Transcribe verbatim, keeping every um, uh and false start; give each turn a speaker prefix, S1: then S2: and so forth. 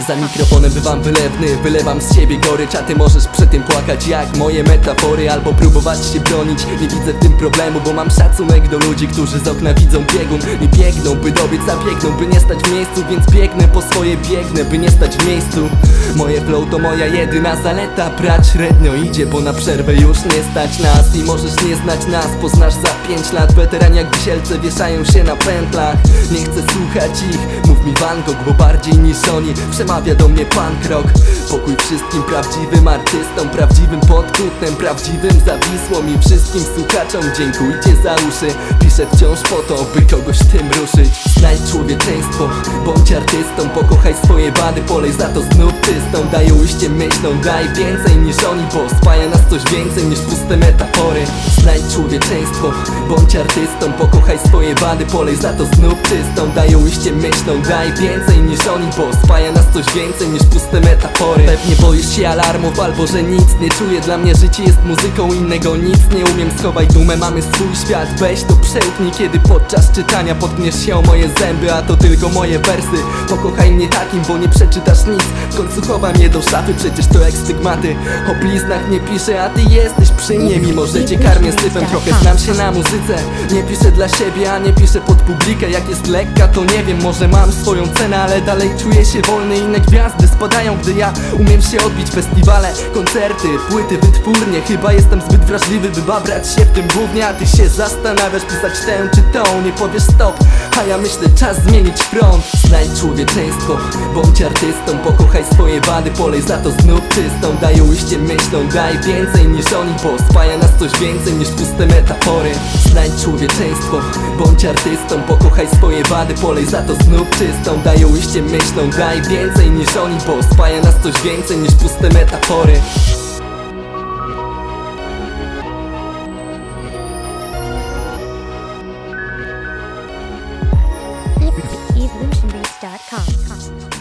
S1: Za mikrofonem bywam wylewny, wylewam z siebie gorycz, a ty możesz przy tym płakać jak moje metafory, albo próbować się bronić. Nie widzę w tym problemu, bo mam szacunek do ludzi, którzy z okna widzą biegun. Nie biegną, by dobiec, a biegną, by nie stać w miejscu. Więc biegnę po swoje, biegnę, by nie stać w miejscu. Moje flow to moja jedyna zaleta. Brać średnio idzie, bo na przerwę już nie stać nas. I możesz nie znać nas, poznasz za pięć lat. Weteran jak wisielce wieszają się na pętlach. Nie chcę słuchać ich, mów mi Van Gogh, bo bardziej niż oni przemawia do mnie punk rock. Pokój wszystkim prawdziwym artystom, prawdziwym podkutnem, prawdziwym zawisłom i wszystkim słuchaczom dziękujcie za uszy. Piszę wciąż po to, by kogoś tym ruszyć. Znajdź człowieczeństwo, bądź artystą, pokochaj swoje wady, polej za to znów tystą. Daj ujście myślom, daj więcej niż oni, bo spaja nas coś więcej niż puste metafory. Znajdź człowieczeństwo, bądź artystą, pokochaj swoje wady, polej za to znów tystą. Daj ujście myślom, daj więcej niż oni, bo spaja nas coś więcej niż puste metafory. Pewnie boisz się alarmów, albo że nic nie czuję. Dla mnie życie jest muzyką, innego nic nie umiem. Schowaj dumę, mamy swój świat, weź to przełknij, kiedy podczas czytania potkniesz się o moje zęby, a to tylko moje wersy. Pokochaj mnie takim, bo nie przeczytasz nic. W końcu chowa mnie do szafy, przecież to jak stygmaty. O bliznach nie piszę, a ty jesteś przy mnie. Mimo że cię karmię syfem, trochę znam się na muzyce. Nie piszę dla siebie, a nie piszę pod publikę. Jak jest lekka, to nie wiem, może mam swoją cenę, ale dalej czuję się wolny. Inne gwiazdy spadają, gdy ja umiem się odbić. Festiwale, koncerty, płyty, wytwórnie. Chyba jestem zbyt wrażliwy, by babrać się w tym gównie. A ty się zastanawiasz, pisać tę czy tą. Nie powiesz stop, a ja myślę, czas zmienić front. Znajdź człowieczeństwo, bądź artystą, pokochaj swoje wady, polej za to znów tystą. Daj ujście myślom, daj więcej niż oni, bo spaja nas coś więcej niż puste metafory. Znajdź człowieczeństwo, bądź artystą, pokochaj swoje wady, polej za to znów tystą. Daj ujście myślom, daj więcej niż oni, bo spaja nas coś więcej niż puste metafory.
S2: evolution beats dot com